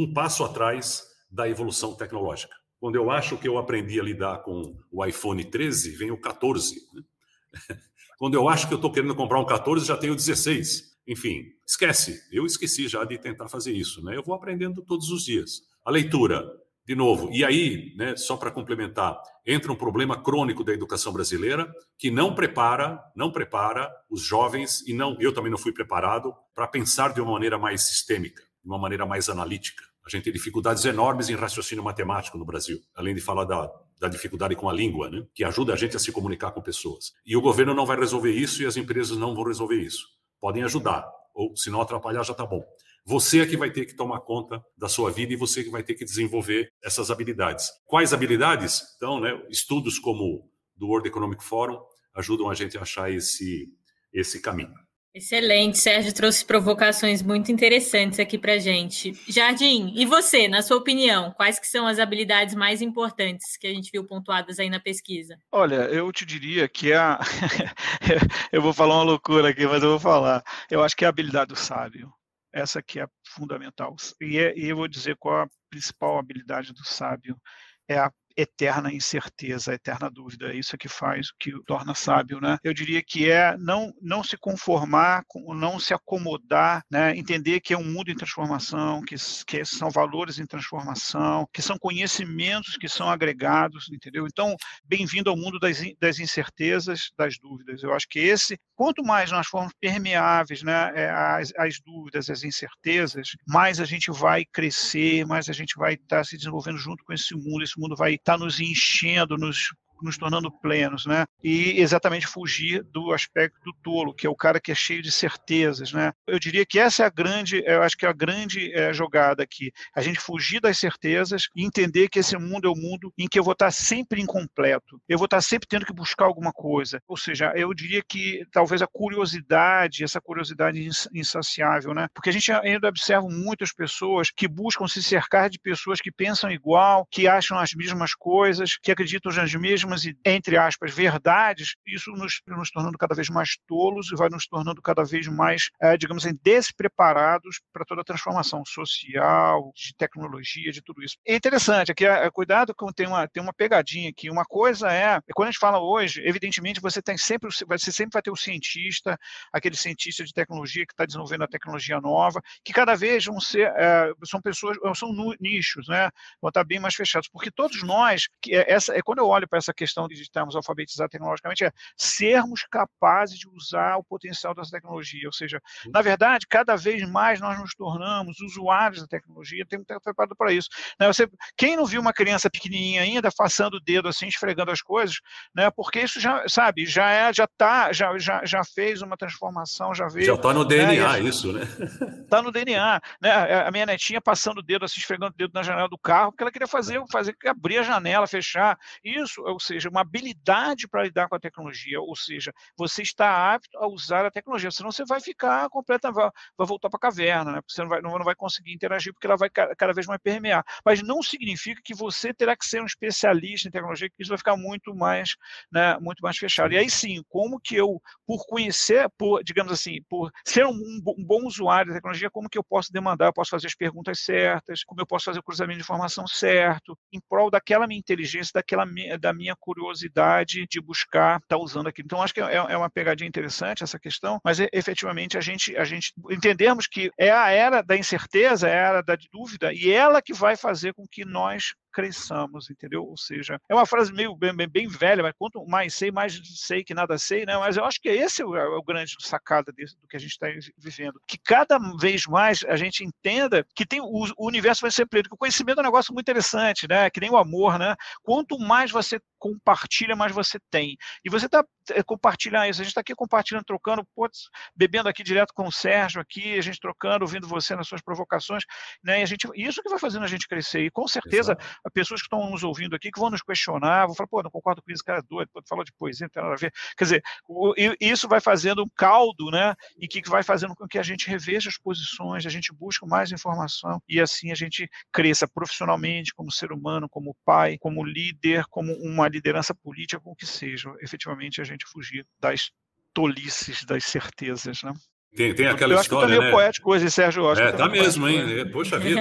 Speaker 3: da evolução tecnológica. Quando eu acho que eu aprendi a lidar com o iPhone 13, vem o 14. Né? Quando eu acho que eu estou querendo comprar um 14, já tenho o 16. Enfim, esquece. Eu esqueci já de tentar fazer isso. Né? Eu vou aprendendo todos os dias. A leitura, de novo. E aí, né, só para complementar, entra um problema crônico da educação brasileira que não prepara os jovens, e eu também não fui preparado para pensar de uma maneira mais sistêmica, de uma maneira mais analítica. A gente tem dificuldades enormes em raciocínio matemático no Brasil, além de falar da dificuldade com a língua, né? Que ajuda a gente a se comunicar com pessoas. E o governo não vai resolver isso e as empresas não vão resolver isso. Podem ajudar, ou se não atrapalhar já está bom. Você é que vai ter que tomar conta da sua vida e você que vai ter que desenvolver essas habilidades. Quais habilidades? Então, né, estudos como do World Economic Forum ajudam a gente a achar esse caminho.
Speaker 2: Excelente, Sérgio trouxe provocações muito interessantes aqui para a gente. Jardim, e você, na sua opinião, quais que são as habilidades mais importantes que a gente viu pontuadas aí na pesquisa?
Speaker 4: Olha, eu te diria que eu vou falar uma loucura aqui, mas eu vou falar. Eu acho que é a habilidade do sábio. Essa que é fundamental. E eu vou dizer qual a principal habilidade do sábio. É eterna incerteza, a eterna dúvida. É isso que faz o que o torna sábio, né? Eu diria que não se conformar, não se acomodar, né? Entender que é um mundo em transformação, que são valores em transformação, que são conhecimentos que são agregados, entendeu? Então, bem-vindo ao mundo das incertezas, das dúvidas. Eu acho que quanto mais nós formos permeáveis, né, às dúvidas, às incertezas, mais a gente vai crescer, mais a gente vai estar se desenvolvendo junto com esse mundo vai estar nos enchendo, nos tornando plenos, né? E exatamente fugir do aspecto do tolo, que é o cara que é cheio de certezas, né? Eu diria que essa é a grande jogada aqui, a gente fugir das certezas e entender que esse mundo é um mundo em que eu vou estar sempre incompleto, eu vou estar sempre tendo que buscar alguma coisa, ou seja, eu diria que talvez essa curiosidade insaciável, né? Porque a gente ainda observa muitas pessoas que buscam se cercar de pessoas que pensam igual, que acham as mesmas coisas, que acreditam nas mesmas, entre aspas, verdades, isso nos tornando cada vez mais tolos e vai nos tornando cada vez mais, digamos assim, despreparados para toda a transformação social, de tecnologia, de tudo isso. É interessante, aqui, cuidado, tem uma pegadinha aqui. Uma coisa quando a gente fala hoje, evidentemente, você sempre vai ter o cientista, aquele cientista de tecnologia que está desenvolvendo a tecnologia nova, que cada vez vão ser, são nichos, né? Vão estar bem mais fechados, porque todos nós, quando eu olho para essa questão de estarmos alfabetizados tecnologicamente, sermos capazes de usar o potencial dessa tecnologia, ou seja, na verdade, cada vez mais nós nos tornamos usuários da tecnologia, temos que estar preparado para isso. Né? Quem não viu uma criança pequenininha ainda, passando o dedo assim, esfregando as coisas, né? Porque isso já fez uma transformação, já veio...
Speaker 3: Já está no DNA, né? Isso, né?
Speaker 4: Está no DNA, né? A minha netinha passando o dedo, assim, esfregando o dedo na janela do carro, porque ela queria fazer abrir a janela, fechar. Isso, ou seja, uma habilidade para lidar com a tecnologia, ou seja, você está apto a usar a tecnologia, senão você vai ficar vai voltar para a caverna, né? Você não vai conseguir interagir, porque ela vai cada vez mais permear. Mas não significa que você terá que ser um especialista em tecnologia, que isso vai ficar muito mais fechado. E aí sim, como que eu, por conhecer, digamos assim, por ser um bom usuário da tecnologia, como que eu posso demandar, eu posso fazer as perguntas certas, como eu posso fazer o cruzamento de informação certo, em prol daquela minha inteligência, da minha curiosidade de buscar estar usando aquilo. Então, acho que é uma pegadinha interessante essa questão, mas efetivamente a gente entendermos que é a era da incerteza, é a era da dúvida, e ela que vai fazer com que nós cresçamos, entendeu? Ou seja, é uma frase meio bem velha, mas quanto mais sei que nada sei, né? Mas eu acho que esse é o grande sacada do que a gente está vivendo. Que cada vez mais a gente entenda que o universo vai ser pleno, que o conhecimento é um negócio muito interessante, né? Que nem o amor, né? Quanto mais você compartilha, mais você tem. E você está compartilhando isso, a gente está aqui compartilhando, trocando, bebendo aqui direto com o Sérgio, aqui, a gente trocando, ouvindo você nas suas provocações, né? E isso que vai fazendo a gente crescer. E com certeza, as pessoas que estão nos ouvindo aqui, que vão nos questionar, vão falar, não concordo com isso, cara é doido, falou de poesia, não tem nada a ver. Quer dizer, isso vai fazendo um caldo, né? E que vai fazendo com que a gente reveja as posições, a gente busque mais informação e assim a gente cresça profissionalmente, como ser humano, como pai, como líder, como uma liderança política, como que seja. Efetivamente, a gente fugir das tolices, das certezas, né?
Speaker 3: Tem aquela história, né? Eu acho que tá
Speaker 4: meio poético hoje, Sérgio.
Speaker 3: Tá mesmo, hein? Poxa vida.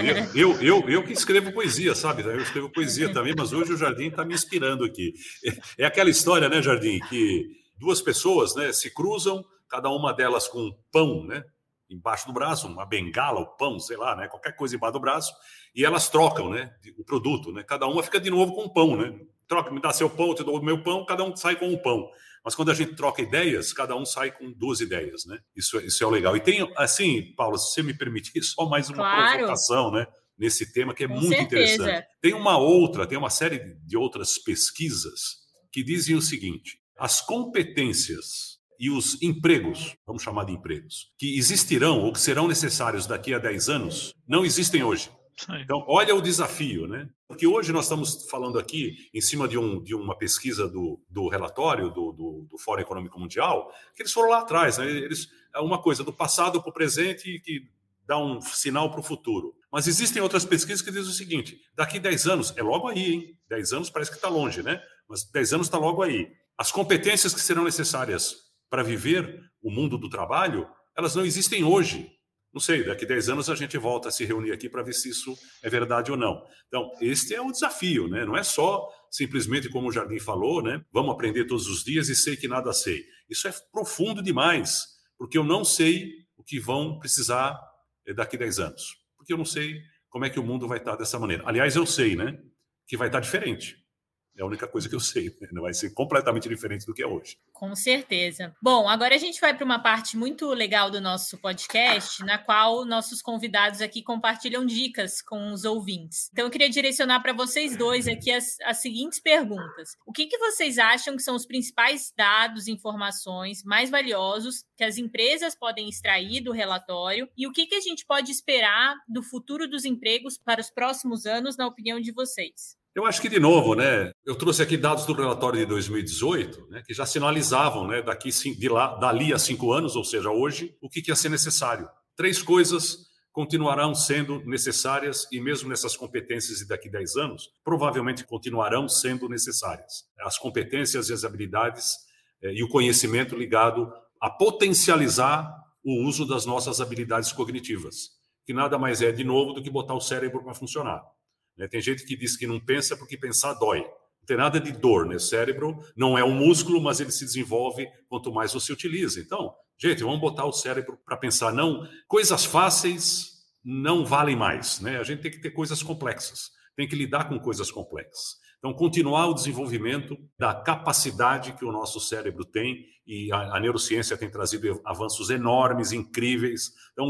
Speaker 3: Eu que escrevo poesia, sabe? Eu escrevo poesia também, mas hoje o Jardim está me inspirando aqui. É aquela história, né, Jardim, que duas pessoas, né, se cruzam, cada uma delas com um pão, né, embaixo do braço, uma bengala, o pão, sei lá, né, qualquer coisa embaixo do braço, e elas trocam, né, o produto, né? Cada uma fica de novo com um pão, né? Troca, me dá seu pão, eu te dou o meu pão, cada um sai com um pão. Mas quando a gente troca ideias, cada um sai com 2 ideias, né? Isso é o legal. E tem, assim, Paula, se você me permitir, só mais uma provocação, né? Nesse tema que é muito interessante. Tem uma série de outras pesquisas que dizem o seguinte: as competências e os empregos, vamos chamar de empregos, que existirão ou que serão necessários daqui a 10 anos, não existem hoje. Então, olha o desafio, né? Porque hoje nós estamos falando aqui em cima de uma pesquisa do relatório do Fórum Econômico Mundial, que eles foram lá atrás, né? É uma coisa do passado para o presente que dá um sinal para o futuro. Mas existem outras pesquisas que dizem o seguinte: daqui 10 anos, é logo aí, hein? 10 anos parece que está longe, né? Mas 10 anos está logo aí. As competências que serão necessárias para viver o mundo do trabalho, elas não existem hoje. Não sei, daqui a 10 anos a gente volta a se reunir aqui para ver se isso é verdade ou não. Então, este é o desafio, né? Não é só simplesmente, como o Jardim falou, né? Vamos aprender todos os dias e sei que nada sei. Isso é profundo demais, porque eu não sei o que vão precisar daqui a 10 anos. Porque eu não sei como é que o mundo vai estar dessa maneira. Aliás, eu sei, né? Que vai estar diferente. É a única coisa que eu sei, né? Não vai ser completamente diferente do que é hoje.
Speaker 2: Com certeza. Bom, agora a gente vai para uma parte muito legal do nosso podcast, na qual nossos convidados aqui compartilham dicas com os ouvintes. Então, eu queria direcionar para vocês dois aqui as seguintes perguntas. O que vocês acham que são os principais dados, informações mais valiosos que as empresas podem extrair do relatório e o que a gente pode esperar do futuro dos empregos para os próximos anos, na opinião de vocês?
Speaker 3: Eu acho que, de novo, né, eu trouxe aqui dados do relatório de 2018, né, que já sinalizavam, né, dali a 5 anos, ou seja, hoje, o que ia ser necessário. 3 coisas continuarão sendo necessárias e mesmo nessas competências de daqui a 10 anos, provavelmente continuarão sendo necessárias. As competências e as habilidades e o conhecimento ligado a potencializar o uso das nossas habilidades cognitivas, que nada mais é, de novo, do que botar o cérebro para funcionar. Tem gente que diz que não pensa porque pensar dói. Não tem nada de dor, né? Cérebro não é um músculo, mas ele se desenvolve quanto mais você utiliza. Então, gente, vamos botar o cérebro para pensar. Não, coisas fáceis não valem mais, né? A gente tem que ter coisas complexas, tem que lidar com coisas complexas. Então, continuar o desenvolvimento da capacidade que o nosso cérebro tem, e a neurociência tem trazido avanços enormes, incríveis. Então,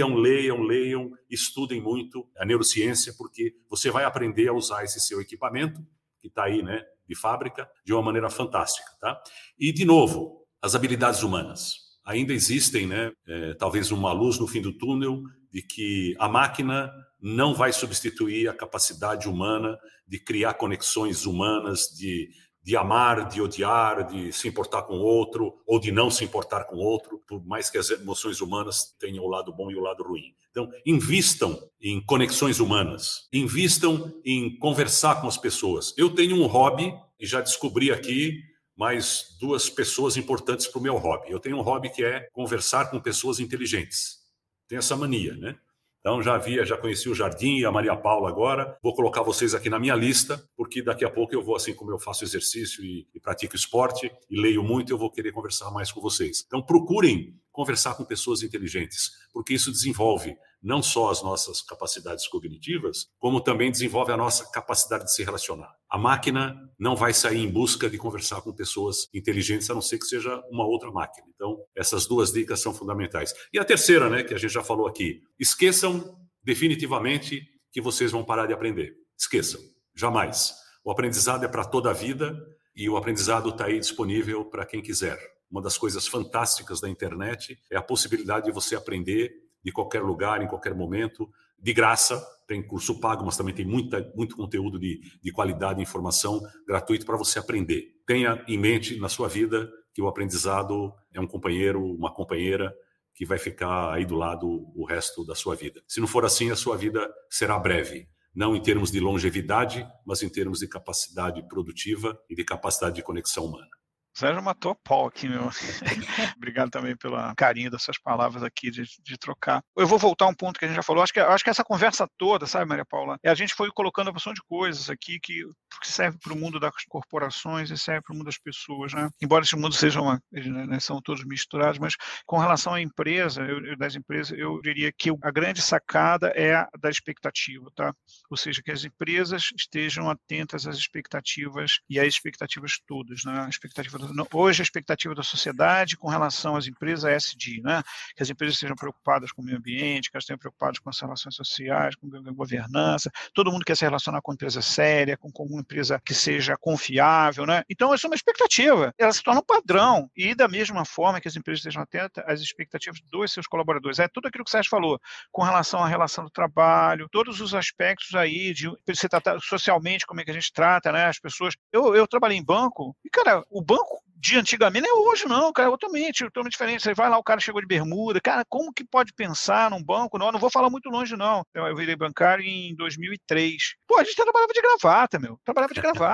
Speaker 3: leiam, estudem muito a neurociência, porque você vai aprender a usar esse seu equipamento, que está aí, né, de fábrica, de uma maneira fantástica, tá? E, de novo, as habilidades humanas. Ainda existem, né, talvez uma luz no fim do túnel de que a máquina não vai substituir a capacidade humana de criar conexões humanas, de amar, de odiar, de se importar com o outro ou de não se importar com o outro, por mais que as emoções humanas tenham o lado bom e o lado ruim. Então, invistam em conexões humanas, invistam em conversar com as pessoas. Eu tenho um hobby, e já descobri aqui mais 2 pessoas importantes para o meu hobby. Eu tenho um hobby que é conversar com pessoas inteligentes. Tenho essa mania, né? Então, já conheci o Jardim e a Maria Paula agora. Vou colocar vocês aqui na minha lista, porque daqui a pouco eu vou, assim como eu faço exercício e pratico esporte e leio muito, eu vou querer conversar mais com vocês. Então, procurem conversar com pessoas inteligentes, porque isso desenvolve não só as nossas capacidades cognitivas, como também desenvolve a nossa capacidade de se relacionar. A máquina não vai sair em busca de conversar com pessoas inteligentes, a não ser que seja uma outra máquina. Então, essas 2 dicas são fundamentais. E a terceira, né, que a gente já falou aqui, esqueçam definitivamente que vocês vão parar de aprender. Esqueçam, jamais. O aprendizado é para toda a vida e o aprendizado está aí disponível para quem quiser. Uma das coisas fantásticas da internet é a possibilidade de você aprender de qualquer lugar, em qualquer momento, de graça. Tem curso pago, mas também tem muito conteúdo de qualidade e informação gratuito para você aprender. Tenha em mente na sua vida que o aprendizado é um companheiro, uma companheira que vai ficar aí do lado o resto da sua vida. Se não for assim, a sua vida será breve. Não em termos de longevidade, mas em termos de capacidade produtiva e de capacidade de conexão humana.
Speaker 4: Sérgio matou a pau aqui, meu. Obrigado também pelo carinho das suas palavras aqui de trocar. Eu vou voltar a um ponto que a gente já falou. Acho que essa conversa toda, sabe, Maria Paula? A gente foi colocando uma porção de coisas aqui que serve para o mundo das corporações e serve para o mundo das pessoas, né? Embora esse mundo seja né, são todos misturados, mas com relação à empresa, das empresas, eu diria que a grande sacada é a da expectativa, tá? Ou seja, que as empresas estejam atentas às expectativas e às expectativas todas, né? Hoje a expectativa da sociedade com relação às empresas é ESG, né? Que as empresas estejam preocupadas com o meio ambiente, que elas estejam preocupadas com as relações sociais, com a governança. Todo mundo quer se relacionar com uma empresa séria, com uma empresa que seja confiável, né? Então, essa é uma expectativa. Ela se torna um padrão. E da mesma forma que as empresas estejam atentas às expectativas dos seus colaboradores. É tudo aquilo que o Sérgio falou, com relação à relação do trabalho, todos os aspectos aí de você tratar socialmente, como é que a gente trata, né? As pessoas. Eu trabalhei em banco e, cara, o banco de antigamente não é hoje, não, cara, é totalmente diferente. Você vai lá, o cara chegou de bermuda, cara, como que pode pensar num banco? Não vou falar muito longe, não. Eu virei bancário em 2003. Pô, a gente trabalhava de gravata, meu. Trabalhava de gravata.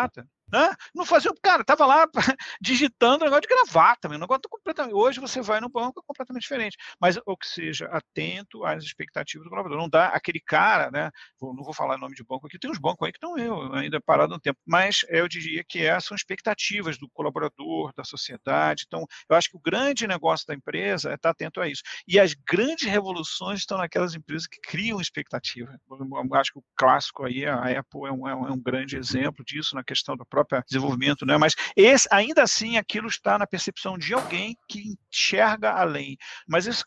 Speaker 4: Né? Não fazia, cara, estava lá digitando um negócio de gravata, um negócio completamente. Hoje você vai no banco, é completamente diferente. Mas, ou que seja, atento às expectativas do colaborador. Não dá aquele cara, né? Não vou falar nome de banco aqui, tem uns bancos aí que estão ainda parado no tempo, mas eu diria que são expectativas do colaborador, da sociedade. Então, eu acho que o grande negócio da empresa é estar atento a isso. E as grandes revoluções estão naquelas empresas que criam expectativa. Eu acho que o clássico aí, a Apple é um grande exemplo disso na questão do próprio desenvolvimento, né? Mas ainda assim aquilo está na percepção de alguém que enxerga além. Mas isso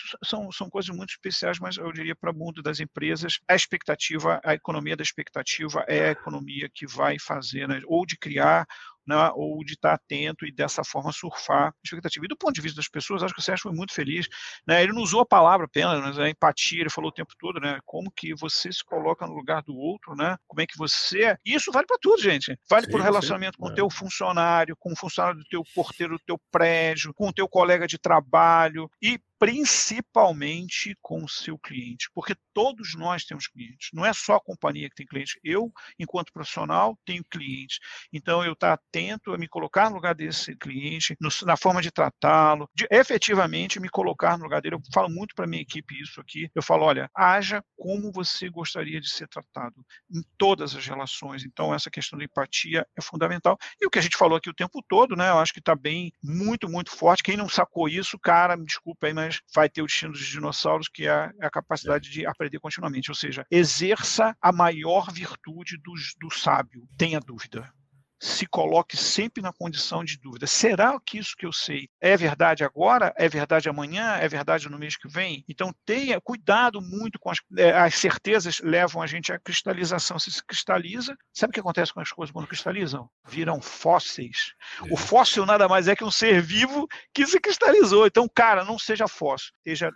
Speaker 4: são coisas muito especiais, mas eu diria para o mundo das empresas, a expectativa, a economia da expectativa é a economia que vai fazer, né? Ou de criar, né, ou de estar atento e dessa forma surfar a expectativa. E do ponto de vista das pessoas, acho que o Sérgio foi muito feliz, né? Ele não usou a palavra apenas, mas a empatia, ele falou o tempo todo, né? Como que você se coloca no lugar do outro, né? Como é que você... Isso vale para tudo, gente. Vale para o relacionamento com o teu funcionário, com o funcionário do teu porteiro do teu prédio, com o teu colega de trabalho e principalmente com o seu cliente, porque todos nós temos clientes, não é só a companhia que tem cliente, eu, enquanto profissional, tenho clientes, então eu estou atento a me colocar no lugar desse cliente, na forma de tratá-lo, de efetivamente me colocar no lugar dele. Eu falo muito para a minha equipe isso aqui, eu falo, olha, haja como você gostaria de ser tratado em todas as relações, então essa questão da empatia é fundamental, e o que a gente falou aqui o tempo todo, né, eu acho que está bem, muito, muito forte. Quem não sacou isso, cara, me desculpa aí, mas vai ter o destino dos dinossauros, que é a capacidade de aprender continuamente. Ou seja, exerça a maior virtude do sábio. Tenha dúvida. Se coloque sempre na condição de dúvida. Será que isso que eu sei é verdade agora? É verdade amanhã? É verdade no mês que vem? Então tenha cuidado muito com as certezas, levam a gente à cristalização. Se cristaliza, sabe o que acontece com as coisas quando cristalizam? Viram fósseis. O fóssil nada mais é que um ser vivo que se cristalizou. Então, cara, não seja fóssil. Esteja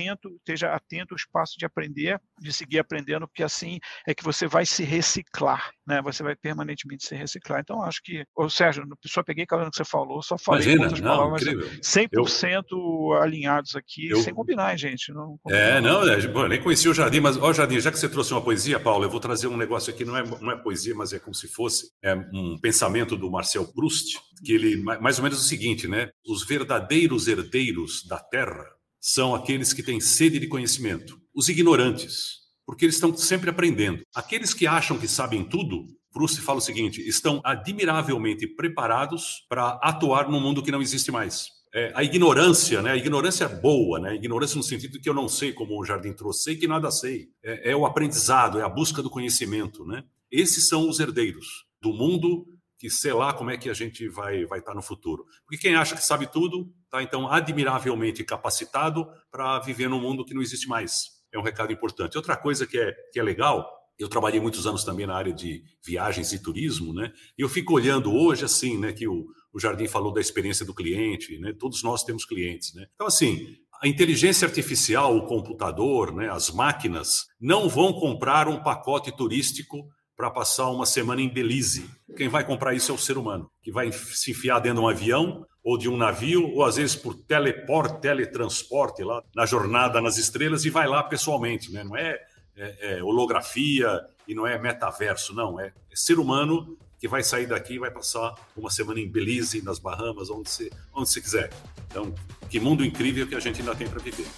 Speaker 4: atento ao espaço de aprender, de seguir aprendendo, porque assim é que você vai se reciclar, né? Você vai permanentemente se reciclar. Então, acho que, Sérgio, só peguei aquilo que você falou, só falei outras palavras, mas 100% alinhados aqui, sem combinar, gente. Não,
Speaker 3: eu nem conhecia o Jardim, mas, Jardim, já que você trouxe uma poesia, Paulo, eu vou trazer um negócio aqui, não é poesia, mas é como se fosse um pensamento do Marcel Proust, que ele, mais ou menos o seguinte, né? Os verdadeiros herdeiros da terra são aqueles que têm sede de conhecimento, os ignorantes, porque eles estão sempre aprendendo. Aqueles que acham que sabem tudo, Proust fala o seguinte, estão admiravelmente preparados para atuar num mundo que não existe mais. A ignorância, né? A ignorância é boa, né? A ignorância no sentido de que eu não sei, como o Jardim trouxe, sei que nada sei. É o aprendizado, é a busca do conhecimento, né? Esses são os herdeiros do mundo que sei lá como é que a gente vai estar no futuro. Porque quem acha que sabe tudo, está então admiravelmente capacitado para viver num mundo que não existe mais. É um recado importante. Outra coisa que é legal, eu trabalhei muitos anos também na área de viagens e turismo, né? E eu fico olhando hoje assim, né, que o Jardim falou da experiência do cliente, né? Todos nós temos clientes, né? Então, assim, a inteligência artificial, o computador, né, as máquinas, não vão comprar um pacote turístico para passar uma semana em Belize. Quem vai comprar isso é o ser humano, que vai se enfiar dentro de um avião ou de um navio, ou às vezes por teletransporte lá na jornada nas estrelas e vai lá pessoalmente, né? Não é holografia e não é metaverso, não. É ser humano que vai sair daqui e vai passar uma semana em Belize, nas Bahamas, onde você quiser. Então, que mundo incrível que a gente ainda tem para viver.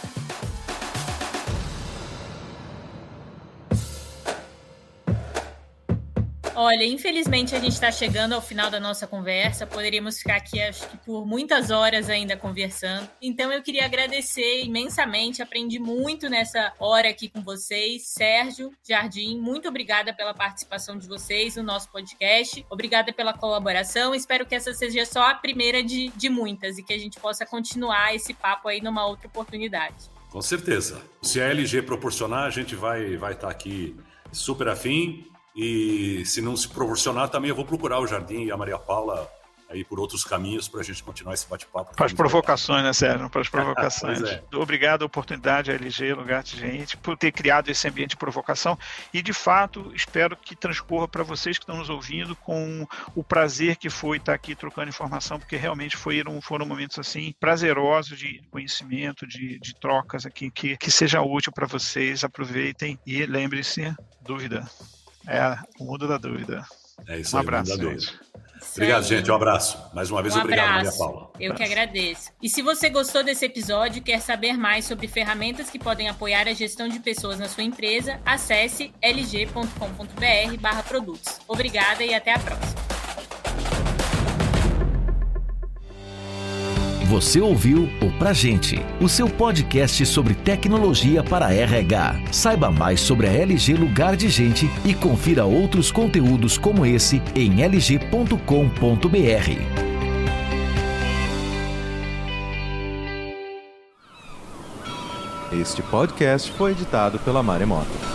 Speaker 2: Olha, infelizmente a gente está chegando ao final da nossa conversa, poderíamos ficar aqui acho que por muitas horas ainda conversando, então eu queria agradecer imensamente, aprendi muito nessa hora aqui com vocês. Sérgio, Jardim, muito obrigada pela participação de vocês no nosso podcast, obrigada pela colaboração, espero que essa seja só a primeira de muitas e que a gente possa continuar esse papo aí numa outra oportunidade.
Speaker 3: Com certeza, se a LG proporcionar, a gente vai estar aqui super afim. E se não se proporcionar, também eu vou procurar o Jardim e a Maria Paula aí por outros caminhos para a gente continuar esse bate-papo.
Speaker 4: Para as provocações, né, Sérgio? Para as provocações. Obrigado a oportunidade, a LG, Lugar de Gente, por ter criado esse ambiente de provocação e, de fato, espero que transcorra para vocês que estão nos ouvindo com o prazer que foi estar aqui trocando informação, porque realmente foram momentos assim prazerosos de conhecimento, de trocas aqui, que seja útil para vocês. Aproveitem e lembre-se, dúvida. O mundo da dúvida.
Speaker 3: É isso
Speaker 4: Um
Speaker 3: aí,
Speaker 4: abraço,
Speaker 3: Mandador.
Speaker 4: gente.
Speaker 3: Obrigado, gente. Um abraço. Mais uma vez, obrigado, Maria Paula.
Speaker 2: Eu que agradeço. E se você gostou desse episódio e quer saber mais sobre ferramentas que podem apoiar a gestão de pessoas na sua empresa, acesse lg.com.br/produtos. Obrigada e até a próxima.
Speaker 1: Você ouviu o Pra Gente, o seu podcast sobre tecnologia para RH. Saiba mais sobre a LG Lugar de Gente e confira outros conteúdos como esse em lg.com.br.
Speaker 5: Este podcast foi editado pela Maremoto.